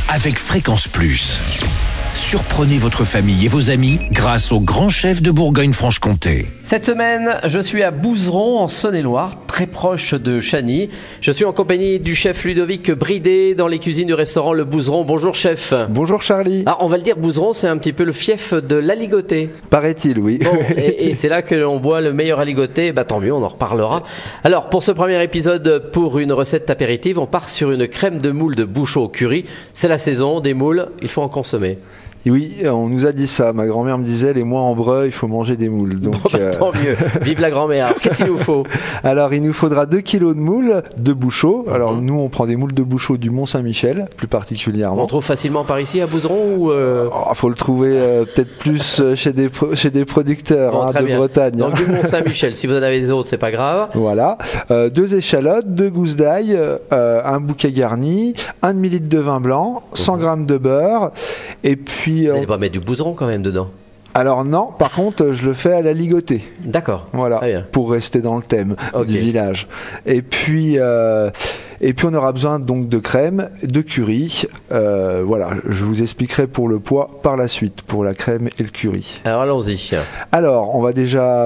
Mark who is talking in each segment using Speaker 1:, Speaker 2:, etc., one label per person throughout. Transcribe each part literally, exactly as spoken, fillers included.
Speaker 1: avec Fréquence Plus. Surprenez votre famille et vos amis grâce au grand chef de Bourgogne-Franche-Comté.
Speaker 2: Cette semaine, je suis à Bouzeron, en Saône-et-Loire, très proche de Chagny. Je suis en compagnie du chef Ludovic Bridet dans les cuisines du restaurant Le Bouzeron. Bonjour chef.
Speaker 3: Bonjour Charlie.
Speaker 2: Alors on va le dire, Bouzeron, c'est un petit peu le fief de l'aligoté.
Speaker 3: Paraît-il, oui.
Speaker 2: Bon, et, et c'est là que l'on boit le meilleur aligoté. Bah tant mieux, on en reparlera. Alors pour ce premier épisode, pour une recette apéritive, on part sur une crème de moule de Bouchot au curry. C'est la saison des moules, il faut en consommer.
Speaker 3: Oui, on nous a dit ça. Ma grand-mère me disait, les mois en breu, il faut manger des moules. Donc,
Speaker 2: bon, bah, euh... tant mieux. Vive la grand-mère. Alors, qu'est-ce qu'il nous faut ?
Speaker 3: Alors, il nous faudra deux kilos de moules de Bouchot. Alors, mm-hmm. nous, on prend des moules de Bouchot du Mont-Saint-Michel, plus particulièrement.
Speaker 2: On trouve facilement par ici, à Bouzeron ou euh...
Speaker 3: oh, faut le trouver euh, peut-être plus chez des, pro- chez des producteurs bon, hein, de bien. Bretagne.
Speaker 2: Donc, du Mont-Saint-Michel. Si vous en avez des autres, c'est pas grave.
Speaker 3: Voilà. Euh, deux échalotes, deux gousses d'ail, euh, un bouquet garni, un demi-litre de vin blanc, cent grammes de beurre. Et puis.
Speaker 2: Vous n'allez pas mettre du Bouzeron quand même dedans ?
Speaker 3: Alors non, par contre, je le fais à la ligotée.
Speaker 2: D'accord.
Speaker 3: Voilà, pour rester dans le thème okay. du village. Et puis, euh, et puis on aura besoin donc de crème, de curry. Euh, voilà, je vous expliquerai pour le poids par la suite, pour la crème et le curry.
Speaker 2: Alors allons-y.
Speaker 3: Alors, on va déjà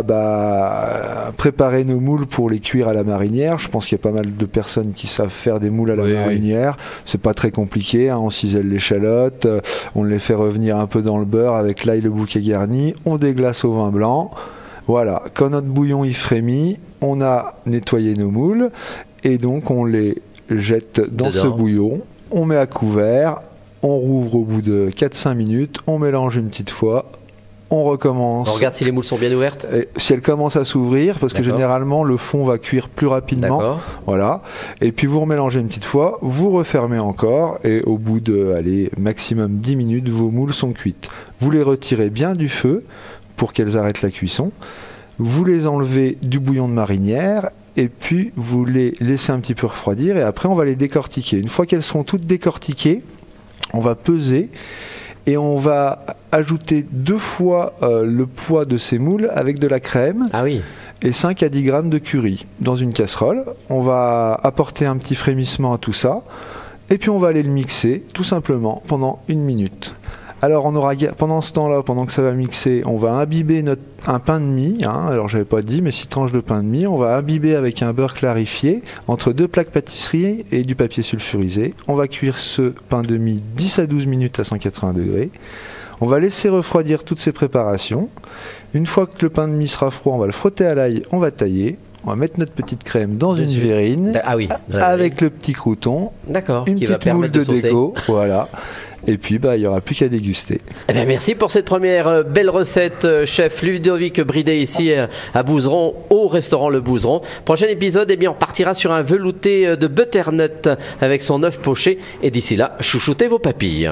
Speaker 3: bah, préparer nos moules pour les cuire à la marinière. Je pense qu'il y a pas mal de personnes qui savent faire des moules à la oui, marinière. Oui. C'est pas très compliqué, hein. On cisèle l'échalote, on les fait revenir un peu dans le beurre avec l'ail, le bouquet garni, on déglace au vin blanc. Voilà, quand notre bouillon y frémit, on a nettoyé nos moules et donc on les jette dans Dedans. ce bouillon, on met à couvert, on rouvre au bout de quatre à cinq minutes, on mélange une petite fois, on recommence.
Speaker 2: On regarde si les moules sont bien ouvertes.
Speaker 3: Et si elles commencent à s'ouvrir, parce D'accord. que généralement le fond va cuire plus rapidement.
Speaker 2: D'accord.
Speaker 3: Voilà. Et puis vous remélangez une petite fois, vous refermez encore et au bout de allez, maximum dix minutes, vos moules sont cuites. Vous les retirez bien du feu pour qu'elles arrêtent la cuisson. Vous les enlevez du bouillon de marinière et puis vous les laissez un petit peu refroidir et après on va les décortiquer. Une fois qu'elles seront toutes décortiquées, on va peser et on va ajouter deux fois euh, le poids de ces moules avec de la crème
Speaker 2: ah oui.
Speaker 3: et cinq à dix grammes de curry dans une casserole. On va apporter un petit frémissement à tout ça et puis on va aller le mixer tout simplement pendant une minute. Alors on aura, pendant ce temps-là, pendant que ça va mixer, on va imbiber notre, un pain de mie, hein, alors j'avais pas dit, mais six tranches de pain de mie, on va imbiber avec un beurre clarifié entre deux plaques pâtisserie et du papier sulfurisé. On va cuire ce pain de mie dix à douze minutes à cent quatre-vingts degrés. On va laisser refroidir toutes ces préparations. Une fois que le pain de mie sera froid, on va le frotter à l'ail, on va tailler. On va mettre notre petite crème dans une verrine
Speaker 2: ah oui,
Speaker 3: avec le petit crouton,
Speaker 2: D'accord,
Speaker 3: une
Speaker 2: qui
Speaker 3: petite
Speaker 2: va
Speaker 3: moule de,
Speaker 2: de
Speaker 3: déco, voilà. Et puis, bah, il n'y aura plus qu'à déguster.
Speaker 2: Eh bien, merci pour cette première euh, belle recette, euh, chef Ludovic Bridet, ici euh, à Bouzeron, au restaurant Le Bouzeron. Prochain épisode, eh bien, on partira sur un velouté de butternut avec son œuf poché. Et d'ici là, chouchoutez vos papilles.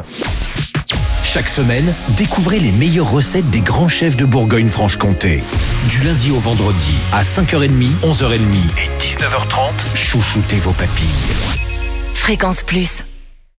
Speaker 1: Chaque semaine, découvrez les meilleures recettes des grands chefs de Bourgogne-Franche-Comté. Du lundi au vendredi, à cinq heures trente, onze heures trente et dix-neuf heures trente, chouchoutez vos papilles.
Speaker 4: Fréquence Plus.